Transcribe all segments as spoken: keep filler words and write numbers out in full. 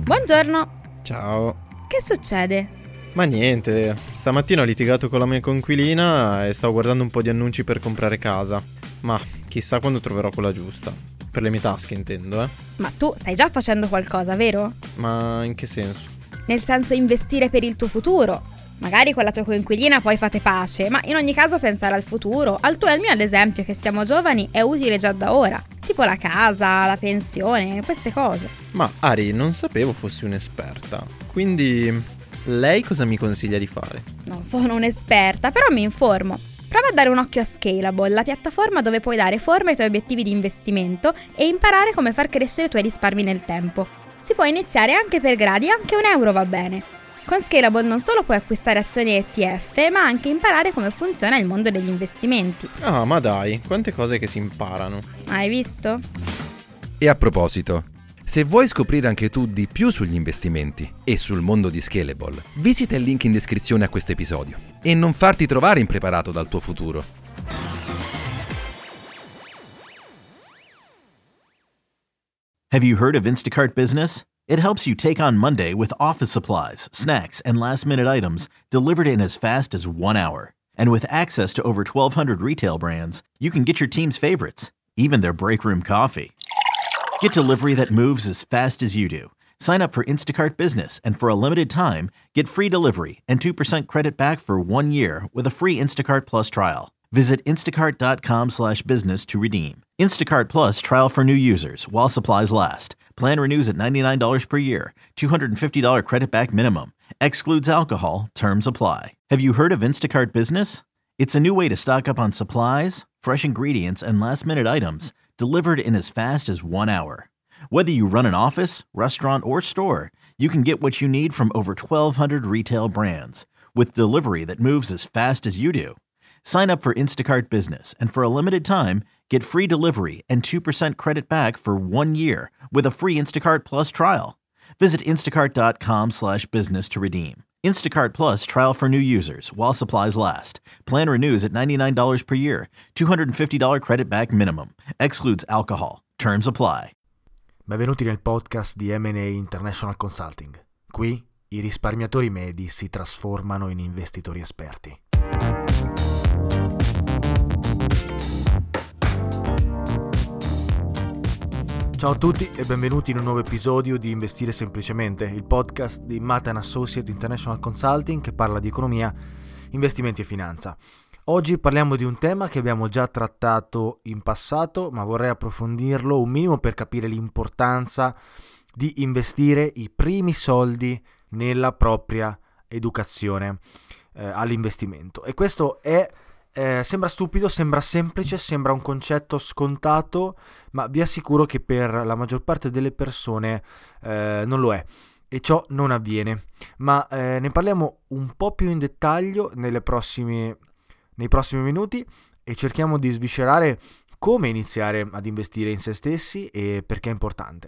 Buongiorno. Ciao. Che succede? Ma niente, stamattina ho litigato con la mia coinquilina e stavo guardando un po' di annunci per comprare casa. Ma chissà quando troverò quella giusta. Per le mie tasche intendo, eh. Ma tu stai già facendo qualcosa, vero? Ma in che senso? Nel senso investire per il tuo futuro. Magari con la tua coinquilina poi fate pace, ma in ogni caso pensare al futuro, al tuo e al mio ad esempio, che siamo giovani, è utile già da ora. Tipo la casa, la pensione, queste cose. Ma Ari, non sapevo fossi un'esperta. Quindi lei cosa mi consiglia di fare? Non sono un'esperta, però mi informo. Prova a dare un occhio a Scalable, la piattaforma dove puoi dare forma ai tuoi obiettivi di investimento e imparare come far crescere i tuoi risparmi nel tempo. Si può iniziare anche per gradi, anche un euro va bene. Con Scalable non solo puoi acquistare azioni E T F, ma anche imparare come funziona il mondo degli investimenti. Ah, ma dai, quante cose che si imparano. Hai visto? E a proposito, se vuoi scoprire anche tu di più sugli investimenti e sul mondo di Scalable, visita il link in descrizione a questo episodio e non farti trovare impreparato dal tuo futuro. Have you heard of Instacart Business? It helps you take on Monday with office supplies, snacks, and last-minute items delivered in as fast as one hour. And with access to over twelve hundred retail brands, you can get your team's favorites, even their break room coffee. Get delivery that moves as fast as you do. Sign up for Instacart Business, and for a limited time, get free delivery and two percent credit back for one year with a free Instacart Plus trial. Visit instacart.com slash business to redeem. Instacart Plus trial for new users while supplies last. Plan renews at ninety-nine dollars per year. two hundred fifty dollars credit back minimum. Excludes alcohol. Terms apply. Have you heard of Instacart Business? It's a new way to stock up on supplies, fresh ingredients, and last-minute items delivered in as fast as one hour. Whether you run an office, restaurant, or store, you can get what you need from over twelve hundred retail brands with delivery that moves as fast as you do. Sign up for Instacart Business, and for a limited time, get free delivery and two percent credit back for one year with a free Instacart Plus trial. Visit instacart.com slash business to redeem. Instacart Plus trial for new users while supplies last. Plan renews at ninety-nine dollars per year. two hundred fifty dollars credit back minimum. Excludes alcohol. Terms apply. Benvenuti nel podcast di M and A International Consulting. Qui i risparmiatori medi si trasformano in investitori esperti. Ciao a tutti e benvenuti in un nuovo episodio di Investire Semplicemente, il podcast di Matt and Associate International Consulting che parla di economia, investimenti e finanza. Oggi parliamo di un tema che abbiamo già trattato in passato, ma vorrei approfondirlo un minimo per capire l'importanza di investire i primi soldi nella propria educazione eh, all'investimento. E questo è Eh, sembra stupido, sembra semplice, sembra un concetto scontato, ma vi assicuro che per la maggior parte delle persone eh, non lo è e ciò non avviene. Ma eh, ne parliamo un po' più in dettaglio nelle prossime, nei prossimi minuti e cerchiamo di sviscerare come iniziare ad investire in se stessi e perché è importante.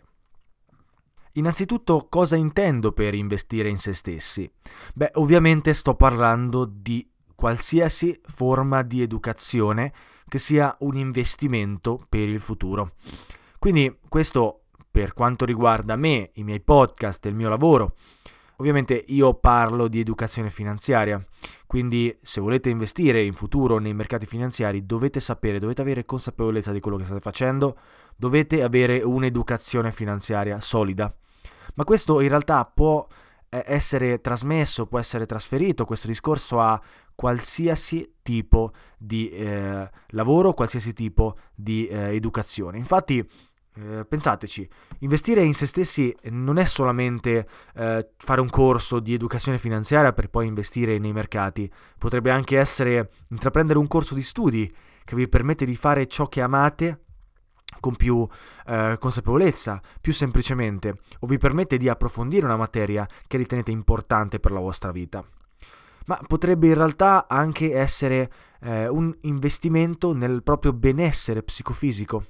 Innanzitutto, cosa intendo per investire in se stessi? Beh, ovviamente sto parlando di qualsiasi forma di educazione che sia un investimento per il futuro. Quindi questo per quanto riguarda me, i miei podcast e il mio lavoro. Ovviamente io parlo di educazione finanziaria, quindi se volete investire in futuro nei mercati finanziari dovete sapere, dovete avere consapevolezza di quello che state facendo, dovete avere un'educazione finanziaria solida. Ma questo in realtà può essere trasmesso, può essere trasferito, questo discorso a qualsiasi tipo di eh, lavoro, qualsiasi tipo di eh, educazione. Infatti, eh, pensateci, investire in se stessi non è solamente eh, fare un corso di educazione finanziaria per poi investire nei mercati, potrebbe anche essere intraprendere un corso di studi che vi permette di fare ciò che amate con più eh, consapevolezza, più semplicemente, o vi permette di approfondire una materia che ritenete importante per la vostra vita. Ma potrebbe in realtà anche essere eh, un investimento nel proprio benessere psicofisico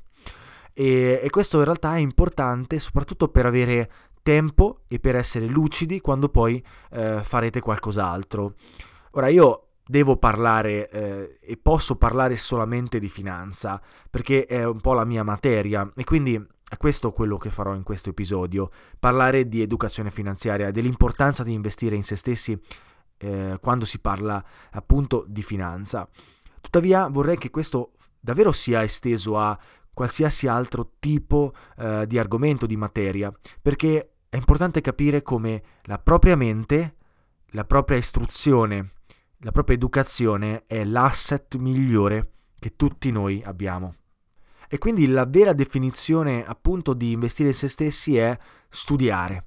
e, e questo in realtà è importante soprattutto per avere tempo e per essere lucidi quando poi eh, farete qualcos'altro. Ora io devo parlare eh, e posso parlare solamente di finanza perché è un po' la mia materia e quindi È questo quello che farò in questo episodio, parlare di educazione finanziaria, dell'importanza di investire in se stessi eh, quando si parla appunto di finanza. Tuttavia vorrei che questo davvero sia esteso a qualsiasi altro tipo eh, di argomento, di materia, perché è importante capire come la propria mente, la propria istruzione, la propria educazione è l'asset migliore che tutti noi abbiamo. E quindi la vera definizione appunto di investire in se stessi è studiare.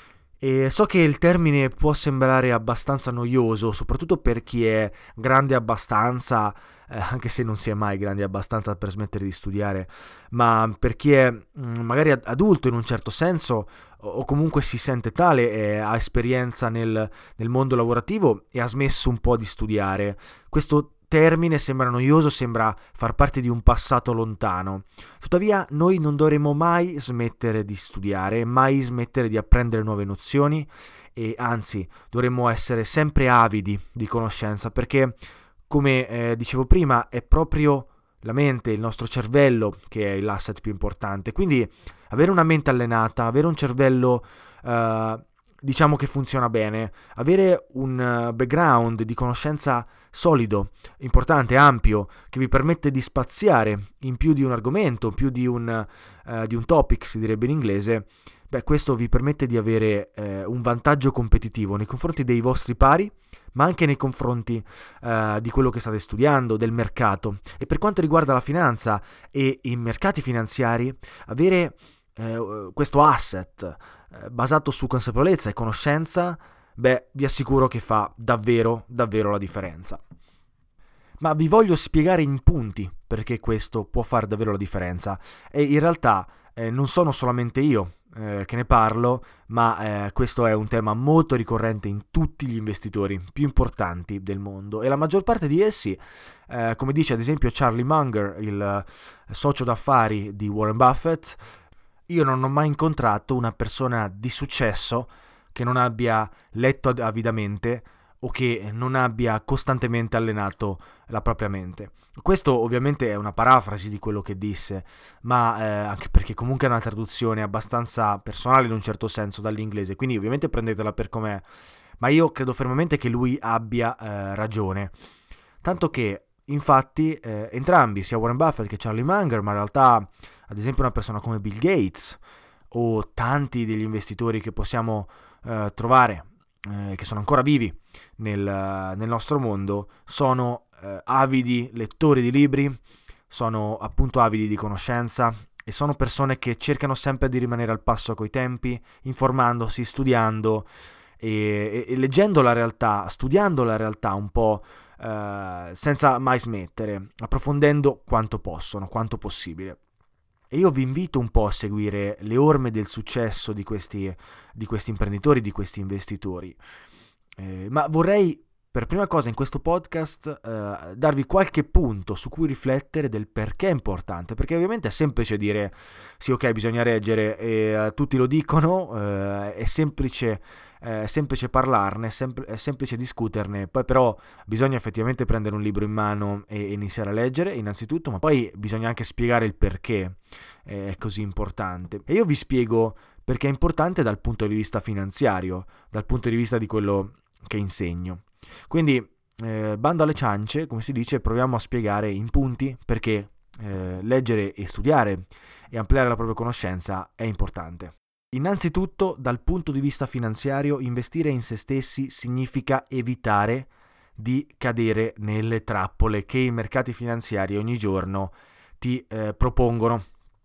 E so che il termine può sembrare abbastanza noioso, soprattutto per chi è grande abbastanza, eh, anche se non si è mai grandi abbastanza per smettere di studiare, ma per chi è mh, magari adulto in un certo senso, o comunque si sente tale e ha esperienza nel, nel mondo lavorativo e ha smesso un po' di studiare. Questo termine sembra noioso, sembra far parte di un passato lontano. Tuttavia noi non dovremo mai smettere di studiare, mai smettere di apprendere nuove nozioni e anzi dovremmo essere sempre avidi di conoscenza, perché come eh, dicevo prima è proprio la mente, il nostro cervello che è l'asset più importante. Quindi avere una mente allenata, avere un cervello eh, diciamo che funziona bene, avere un background di conoscenza solido, importante, ampio, che vi permette di spaziare in più di un argomento, più di un, uh, di un topic, si direbbe in inglese, beh, questo vi permette di avere eh, un vantaggio competitivo nei confronti dei vostri pari, ma anche nei confronti uh, di quello che state studiando, del mercato. E per quanto riguarda la finanza e i mercati finanziari, avere eh, questo asset basato su consapevolezza e conoscenza, beh, vi assicuro che fa davvero, davvero la differenza. Ma vi voglio spiegare in punti perché questo può fare davvero la differenza. E in realtà eh, non sono solamente io eh, che ne parlo, ma eh, questo è un tema molto ricorrente in tutti gli investitori più importanti del mondo. E la maggior parte di essi, eh, come dice ad esempio Charlie Munger, il socio d'affari di Warren Buffett, io non ho mai incontrato una persona di successo che non abbia letto avidamente o che non abbia costantemente allenato la propria mente. Questo ovviamente è una parafrasi di quello che disse, ma eh, anche perché comunque è una traduzione abbastanza personale in un certo senso dall'inglese, quindi ovviamente prendetela per com'è, ma io credo fermamente che lui abbia eh, ragione. Tanto che infatti eh, entrambi, sia Warren Buffett che Charlie Munger, ma in realtà ad esempio una persona come Bill Gates o tanti degli investitori che possiamo eh, trovare eh, che sono ancora vivi nel, nel nostro mondo, sono eh, avidi lettori di libri, sono appunto avidi di conoscenza e sono persone che cercano sempre di rimanere al passo coi tempi, informandosi, studiando e, e, e leggendo la realtà, studiando la realtà un po' eh, senza mai smettere, approfondendo quanto possono, quanto possibile. E io vi invito un po' a seguire le orme del successo di questi, di questi imprenditori, di questi investitori. Eh, ma vorrei, per prima cosa in questo podcast, eh, darvi qualche punto su cui riflettere del perché è importante. Perché ovviamente è semplice dire, sì ok, bisogna leggere, e uh, tutti lo dicono, eh, è semplice... È semplice parlarne, è, sempl- è semplice discuterne, poi però bisogna effettivamente prendere un libro in mano e iniziare a leggere innanzitutto, ma poi bisogna anche spiegare il perché è così importante. E io vi spiego perché è importante dal punto di vista finanziario, dal punto di vista di quello che insegno. Quindi eh, bando alle ciance, come si dice, proviamo a spiegare in punti perché eh, leggere e studiare e ampliare la propria conoscenza è importante. Innanzitutto, dal punto di vista finanziario, investire in se stessi significa evitare di cadere nelle trappole che i mercati finanziari ogni giorno ti eh, propongono.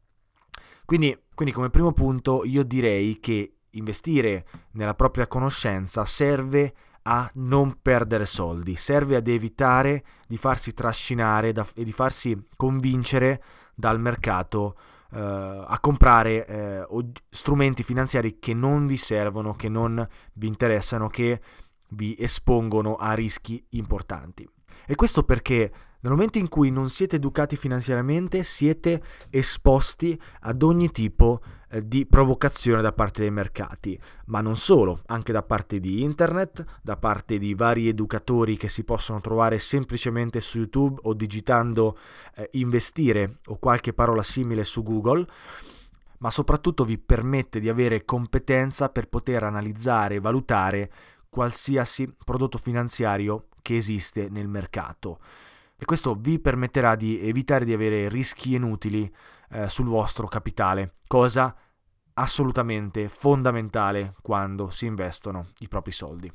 Quindi, quindi come primo punto io direi che investire nella propria conoscenza serve a non perdere soldi, serve ad evitare di farsi trascinare da, e di farsi convincere dal mercato Uh, a comprare uh, strumenti finanziari che non vi servono, che non vi interessano, che vi espongono a rischi importanti. E questo perché nel momento in cui non siete educati finanziariamente siete esposti ad ogni tipo eh, di provocazione da parte dei mercati, ma non solo, anche da parte di internet, da parte di vari educatori che si possono trovare semplicemente su YouTube o digitando eh, investire o qualche parola simile su Google, ma soprattutto vi permette di avere competenza per poter analizzare e valutare qualsiasi prodotto finanziario che esiste nel mercato. E questo vi permetterà di evitare di avere rischi inutili eh, sul vostro capitale, cosa assolutamente fondamentale quando si investono i propri soldi.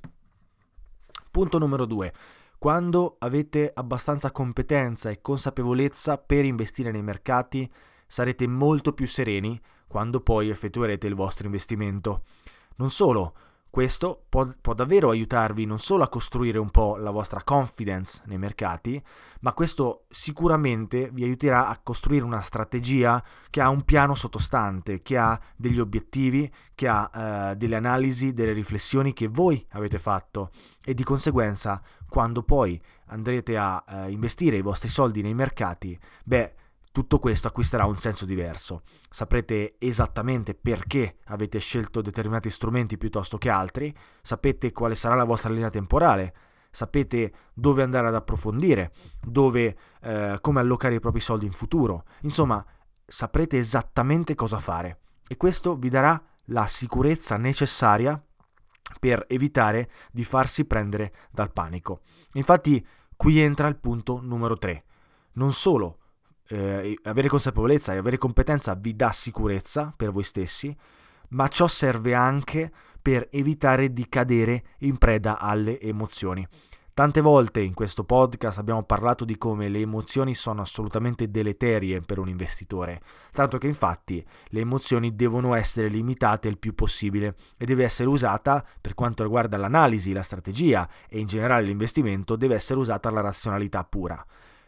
Punto numero due. Quando avete abbastanza competenza e consapevolezza per investire nei mercati, sarete molto più sereni quando poi effettuerete il vostro investimento. Non solo, questo può, può davvero aiutarvi non solo a costruire un po' la vostra confidence nei mercati, ma questo sicuramente vi aiuterà a costruire una strategia che ha un piano sottostante, che ha degli obiettivi, che ha eh, delle analisi, delle riflessioni che voi avete fatto, e di conseguenza quando poi andrete a eh, investire i vostri soldi nei mercati, beh, tutto questo acquisterà un senso diverso. Saprete esattamente perché avete scelto determinati strumenti piuttosto che altri, sapete quale sarà la vostra linea temporale, sapete dove andare ad approfondire, dove, eh, come allocare i propri soldi in futuro. Insomma, saprete esattamente cosa fare e questo vi darà la sicurezza necessaria per evitare di farsi prendere dal panico. Infatti, qui entra il punto numero tre. Non solo Eh, avere consapevolezza e avere competenza vi dà sicurezza per voi stessi, ma ciò serve anche per evitare di cadere in preda alle emozioni. Tante volte in questo podcast abbiamo parlato di come le emozioni sono assolutamente deleterie per un investitore, tanto che infatti le emozioni devono essere limitate il più possibile e deve essere usata, per quanto riguarda l'analisi, la strategia e in generale l'investimento, deve essere usata la razionalità pura.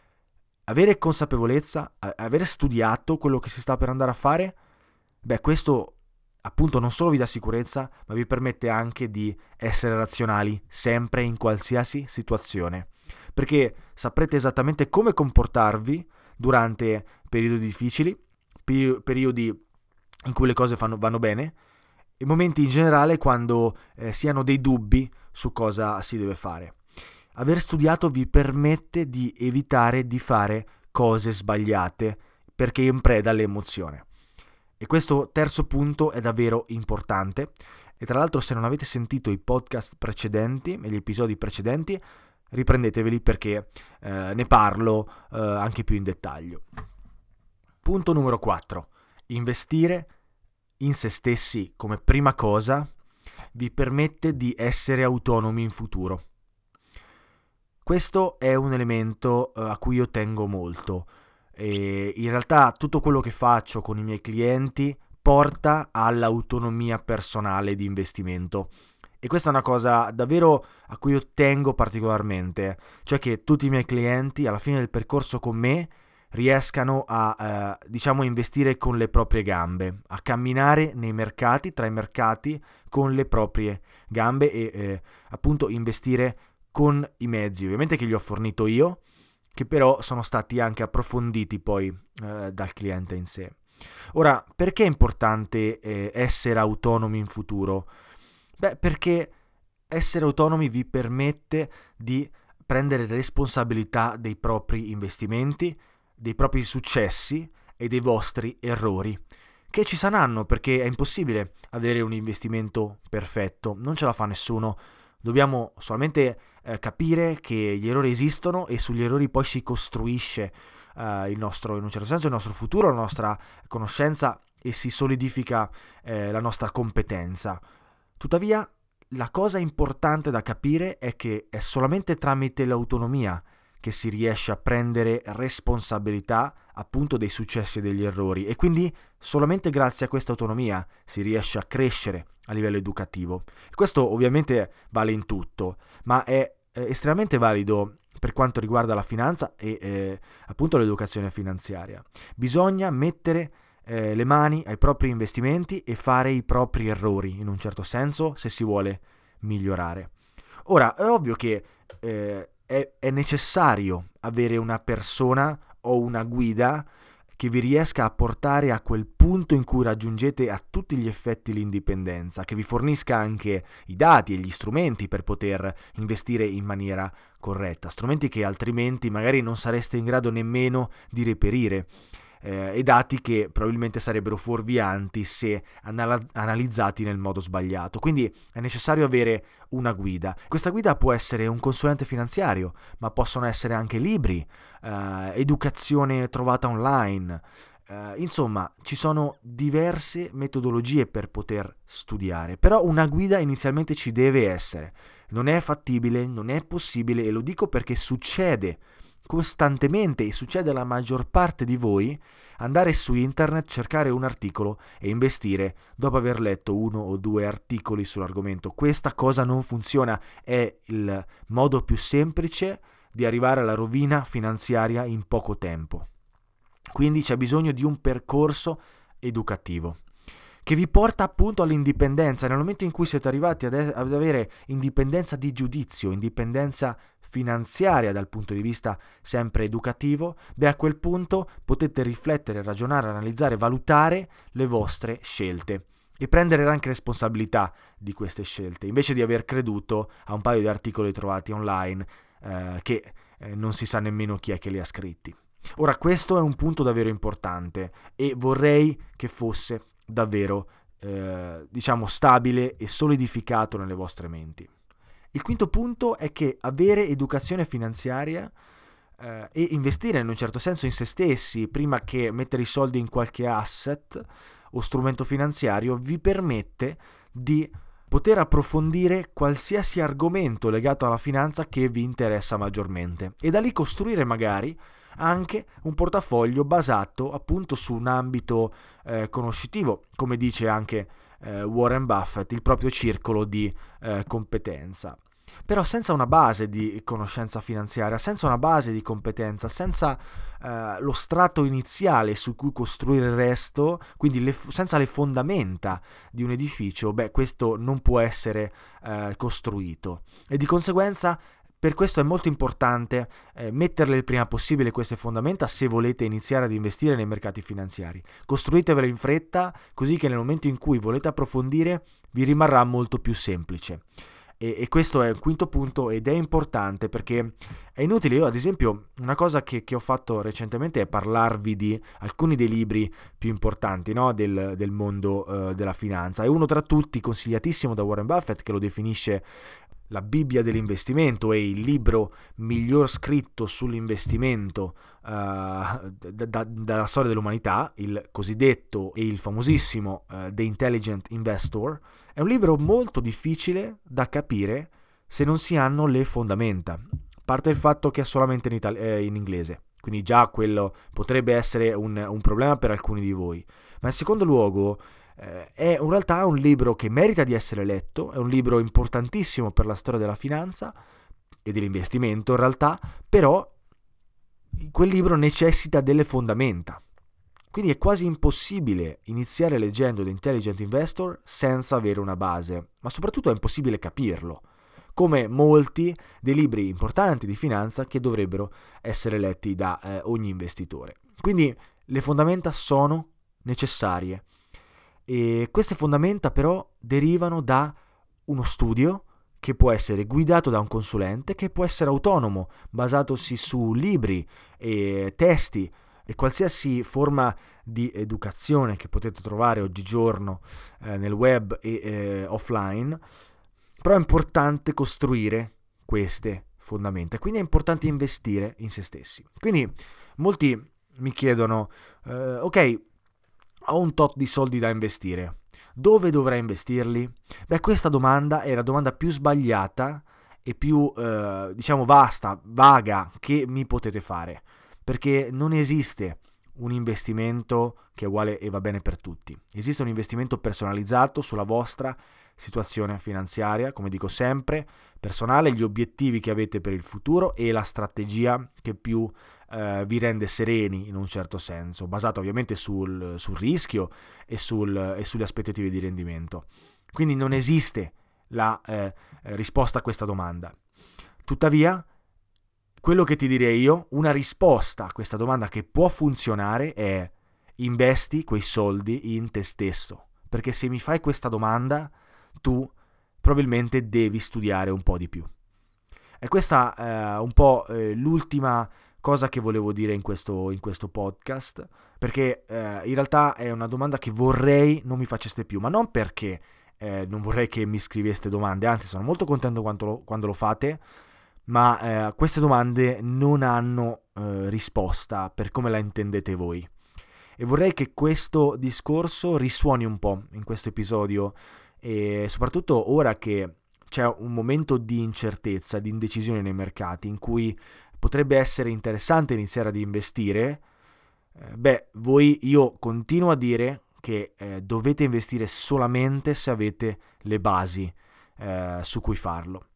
Avere consapevolezza, avere studiato quello che si sta per andare a fare, beh, questo appunto non solo vi dà sicurezza, ma vi permette anche di essere razionali sempre in qualsiasi situazione, perché saprete esattamente come comportarvi durante periodi difficili, periodi in cui le cose fanno, vanno bene, e momenti in generale quando eh, si hanno dei dubbi su cosa si deve fare. Aver studiato vi permette di evitare di fare cose sbagliate perché è in preda all'emozione. E questo terzo punto è davvero importante. E tra l'altro, se non avete sentito i podcast precedenti e gli episodi precedenti, riprendeteveli perché eh, ne parlo eh, anche più in dettaglio. Punto numero quattro. Investire in se stessi come prima cosa vi permette di essere autonomi in futuro. Questo è un elemento uh, a cui io tengo molto e in realtà tutto quello che faccio con i miei clienti porta all'autonomia personale di investimento e questa è una cosa davvero a cui io tengo particolarmente, cioè che tutti i miei clienti alla fine del percorso con me riescano a uh, diciamo investire con le proprie gambe, a camminare nei mercati, tra i mercati con le proprie gambe e eh, appunto investire con i mezzi ovviamente che gli ho fornito io, che però sono stati anche approfonditi poi eh, dal cliente in sé. Ora, perché è importante eh, essere autonomi in futuro? Beh, perché essere autonomi vi permette di prendere responsabilità dei propri investimenti, dei propri successi e dei vostri errori, che ci saranno perché è impossibile avere un investimento perfetto, non ce la fa nessuno. Dobbiamo solamente eh, capire che gli errori esistono e sugli errori poi si costruisce eh, il nostro, in un certo senso, il nostro futuro, la nostra conoscenza e si solidifica eh, la nostra competenza. Tuttavia, la cosa importante da capire è che è solamente tramite l'autonomia che si riesce a prendere responsabilità appunto dei successi e degli errori e quindi solamente grazie a questa autonomia si riesce a crescere a livello educativo. Questo ovviamente vale in tutto, ma è eh, estremamente valido per quanto riguarda la finanza e eh, appunto l'educazione finanziaria. Bisogna mettere eh, le mani ai propri investimenti e fare i propri errori in un certo senso se si vuole migliorare. Ora, è ovvio che eh, è, è necessario avere una persona o una guida che vi riesca a portare a quel punto in cui raggiungete a tutti gli effetti l'indipendenza, che vi fornisca anche i dati e gli strumenti per poter investire in maniera corretta, strumenti che altrimenti magari non sareste in grado nemmeno di reperire. eh, e dati che probabilmente sarebbero fuorvianti se anal- analizzati nel modo sbagliato. Quindi è necessario avere una guida. Questa guida può essere un consulente finanziario, ma possono essere anche libri, eh, educazione trovata online. Uh, insomma, ci sono diverse metodologie per poter studiare, però una guida inizialmente ci deve essere. Non è fattibile, non è possibile, e lo dico perché succede costantemente e succede alla maggior parte di voi, andare su internet, cercare un articolo e investire dopo aver letto uno o due articoli sull'argomento. Questa cosa non funziona, è il modo più semplice di arrivare alla rovina finanziaria in poco tempo. Quindi c'è bisogno di un percorso educativo che vi porta appunto all'indipendenza. Nel momento in cui siete arrivati ad, ad avere indipendenza di giudizio, indipendenza finanziaria dal punto di vista sempre educativo, beh, a quel punto potete riflettere, ragionare, analizzare, valutare le vostre scelte e prendere anche responsabilità di queste scelte, invece di aver creduto a un paio di articoli trovati online eh, che eh, non si sa nemmeno chi è che li ha scritti. Ora, questo è un punto davvero importante e vorrei che fosse davvero eh, diciamo stabile e solidificato nelle vostre menti. Il quinto punto è che avere educazione finanziaria eh, e investire in un certo senso in se stessi prima che mettere i soldi in qualche asset o strumento finanziario vi permette di poter approfondire qualsiasi argomento legato alla finanza che vi interessa maggiormente e da lì costruire magari anche un portafoglio basato appunto su un ambito eh, conoscitivo, come dice anche eh, Warren Buffett, il proprio circolo di eh, competenza. Però senza una base di conoscenza finanziaria, senza una base di competenza, senza eh, lo strato iniziale su cui costruire il resto, quindi le, senza le fondamenta di un edificio, beh, questo non può essere eh, costruito e di conseguenza per questo è molto importante eh, metterle il prima possibile queste fondamenta se volete iniziare ad investire nei mercati finanziari. Costruitevele in fretta, così che nel momento in cui volete approfondire vi rimarrà molto più semplice. E, e questo è il quinto punto ed è importante perché è inutile. Io ad esempio una cosa che, che ho fatto recentemente è parlarvi di alcuni dei libri più importanti, no? del, del mondo uh, della finanza, e uno tra tutti consigliatissimo da Warren Buffett, che lo definisce la Bibbia dell'investimento e il libro miglior scritto sull'investimento uh, da, da, dalla storia dell'umanità, il cosiddetto e il famosissimo uh, The Intelligent Investor. È un libro molto difficile da capire se non si hanno le fondamenta. A parte il fatto che è solamente in, itali- eh, in inglese, quindi già quello potrebbe essere un, un problema per alcuni di voi. Ma in secondo luogo Eh, è in realtà un libro che merita di essere letto, è un libro importantissimo per la storia della finanza e dell'investimento in realtà, però quel libro necessita delle fondamenta, quindi è quasi impossibile iniziare leggendo The Intelligent Investor senza avere una base, ma soprattutto è impossibile capirlo, come molti dei libri importanti di finanza che dovrebbero essere letti da eh, ogni investitore. Quindi le fondamenta sono necessarie. E queste fondamenta però derivano da uno studio che può essere guidato da un consulente, che può essere autonomo, basatosi su libri e testi e qualsiasi forma di educazione che potete trovare oggigiorno eh, nel web e eh, offline. Però è importante costruire queste fondamenta, quindi è importante investire in se stessi. Quindi molti mi chiedono eh, ok, ho un tot di soldi da investire, dove dovrei investirli? Beh, questa domanda è la domanda più sbagliata e più, eh, diciamo, vasta, vaga che mi potete fare, perché non esiste un investimento che è uguale e va bene per tutti. Esiste un investimento personalizzato sulla vostra situazione finanziaria, come dico sempre, personale, gli obiettivi che avete per il futuro e la strategia che più Uh, vi rende sereni in un certo senso, basato ovviamente sul, sul rischio e, sul, e sulle aspettative di rendimento. Quindi non esiste la eh, risposta a questa domanda. Tuttavia, quello che ti direi io, una risposta a questa domanda che può funzionare è: investi quei soldi in te stesso, perché se mi fai questa domanda tu probabilmente devi studiare un po' di più. E questa è eh, un po' eh, l'ultima cosa che volevo dire in questo, in questo podcast, perché eh, in realtà è una domanda che vorrei non mi faceste più, ma non perché eh, non vorrei che mi scriveste domande, anzi sono molto contento quando lo, quando lo fate, ma eh, queste domande non hanno eh, risposta per come la intendete voi. E vorrei che questo discorso risuoni un po' in questo episodio, e soprattutto ora che c'è un momento di incertezza, di indecisione nei mercati, in cui potrebbe essere interessante iniziare ad investire. Eh, beh, voi, io continuo a dire che eh, dovete investire solamente se avete le basi eh, su cui farlo.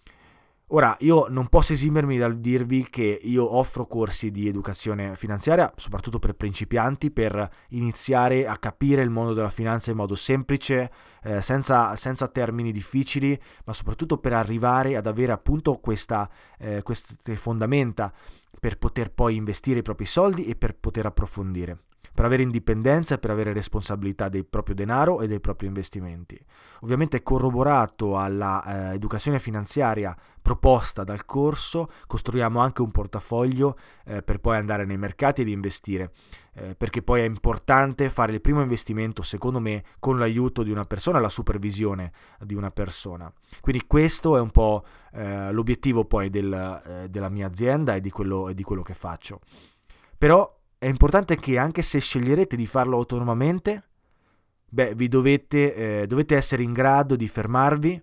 Ora, io non posso esimermi dal dirvi che io offro corsi di educazione finanziaria, soprattutto per principianti, per iniziare a capire il mondo della finanza in modo semplice, eh, senza, senza termini difficili, ma soprattutto per arrivare ad avere appunto questa, eh, queste fondamenta per poter poi investire i propri soldi e per poter approfondire, per avere indipendenza e per avere responsabilità del proprio denaro e dei propri investimenti. Ovviamente corroborato alla eh, educazione finanziaria proposta dal corso, costruiamo anche un portafoglio eh, per poi andare nei mercati ed investire, eh, perché poi è importante fare il primo investimento, secondo me, con l'aiuto di una persona, la supervisione di una persona. Quindi questo è un po' eh, l'obiettivo poi del, eh, della mia azienda e di quello, e di quello che faccio. Però è importante che anche se sceglierete di farlo autonomamente, beh, vi dovete, eh, dovete essere in grado di fermarvi,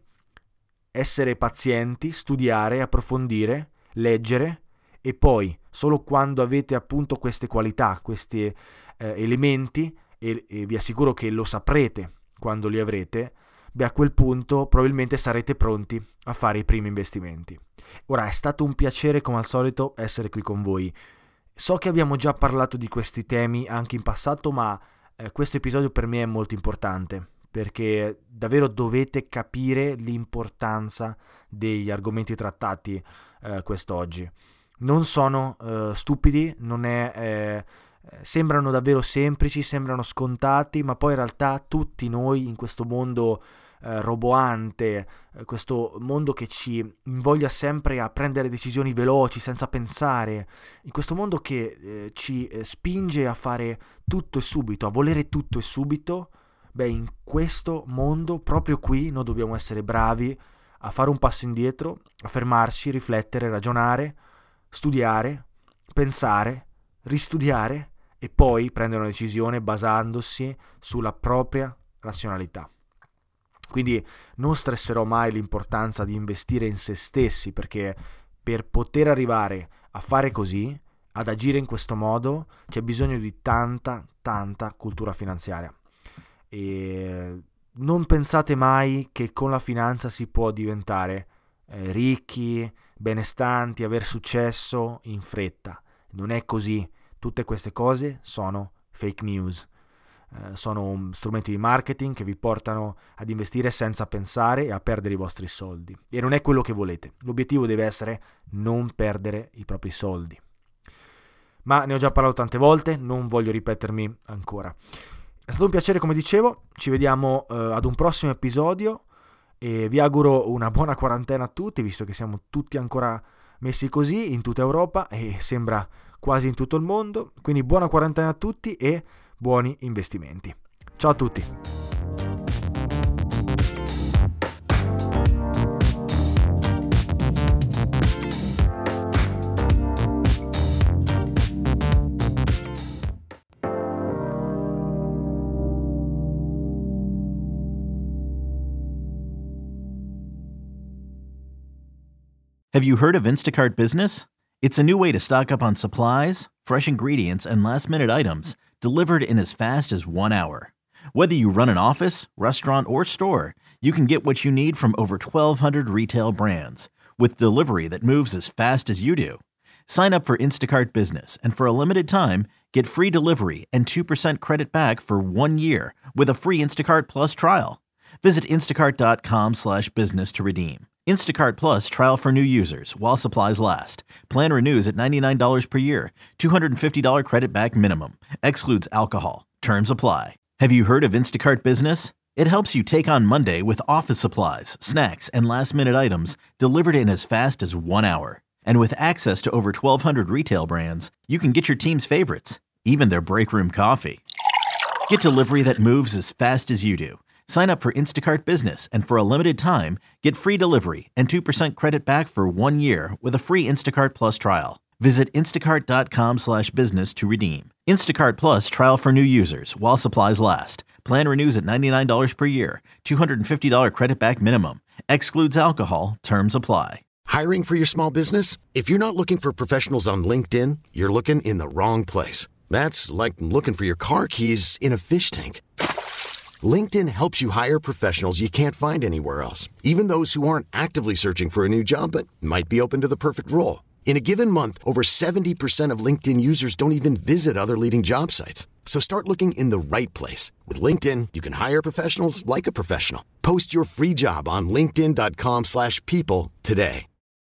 essere pazienti, studiare, approfondire, leggere, e poi solo quando avete appunto queste qualità, questi eh, elementi, e, e vi assicuro che lo saprete quando li avrete, beh, a quel punto probabilmente sarete pronti a fare i primi investimenti. Ora, è stato un piacere come al solito essere qui con voi. So che abbiamo già parlato di questi temi anche in passato, ma eh, questo episodio per me è molto importante, perché davvero dovete capire l'importanza degli argomenti trattati eh, quest'oggi. Non sono eh, stupidi, non è, eh, sembrano davvero semplici, sembrano scontati, ma poi in realtà tutti noi in questo mondo eh, roboante, eh, questo mondo che ci invoglia sempre a prendere decisioni veloci senza pensare, in questo mondo che eh, ci eh, spinge a fare tutto e subito, a volere tutto e subito, beh, in questo mondo, proprio qui, noi dobbiamo essere bravi a fare un passo indietro, a fermarci, riflettere, ragionare, studiare, pensare, ristudiare e poi prendere una decisione basandosi sulla propria razionalità. Quindi non stresserò mai l'importanza di investire in se stessi, perché per poter arrivare a fare così, ad agire in questo modo, c'è bisogno di tanta, tanta cultura finanziaria. E non pensate mai che con la finanza si può diventare eh, ricchi, benestanti, aver successo in fretta. Non è così. Tutte queste cose sono fake news. Eh, sono strumenti di marketing che vi portano ad investire senza pensare e a perdere i vostri soldi. E non è quello che volete. L'obiettivo deve essere non perdere i propri soldi. Ma ne ho già parlato tante volte, non voglio ripetermi ancora. È stato un piacere, come dicevo, ci vediamo uh, ad un prossimo episodio e vi auguro una buona quarantena a tutti, visto che siamo tutti ancora messi così in tutta Europa e sembra quasi in tutto il mondo. Quindi buona quarantena a tutti e buoni investimenti. Ciao a tutti! Have you heard of Instacart Business? It's a new way to stock up on supplies, fresh ingredients, and last-minute items delivered in as fast as one hour. Whether you run an office, restaurant, or store, you can get what you need from over twelve hundred retail brands with delivery that moves as fast as you do. Sign up for Instacart Business, and for a limited time, get free delivery and two percent credit back for one year with a free Instacart Plus trial. Visit instacart.com slash business to redeem. Instacart Plus trial for new users while supplies last. Plan renews at ninety-nine dollars per year. two hundred fifty dollars credit back minimum. Excludes alcohol. Terms apply. Have you heard of Instacart Business? It helps you take on Monday with office supplies, snacks, and last-minute items delivered in as fast as one hour. And with access to over twelve hundred retail brands, you can get your team's favorites, even their break room coffee. Get delivery that moves as fast as you do. Sign up for Instacart Business, and for a limited time, get free delivery and two percent credit back for one year with a free Instacart Plus trial. Visit instacart.com slash business to redeem. Instacart Plus trial for new users while supplies last. Plan renews at ninety-nine dollars per year. two hundred fifty dollars credit back minimum. Excludes alcohol. Terms apply. Hiring for your small business? If you're not looking for professionals on LinkedIn, you're looking in the wrong place. That's like looking for your car keys in a fish tank. LinkedIn helps you hire professionals you can't find anywhere else, even those who aren't actively searching for a new job but might be open to the perfect role. In a given month, over seventy percent of LinkedIn users don't even visit other leading job sites. So start looking in the right place. With LinkedIn, you can hire professionals like a professional. Post your free job on linkedin.com slash people today.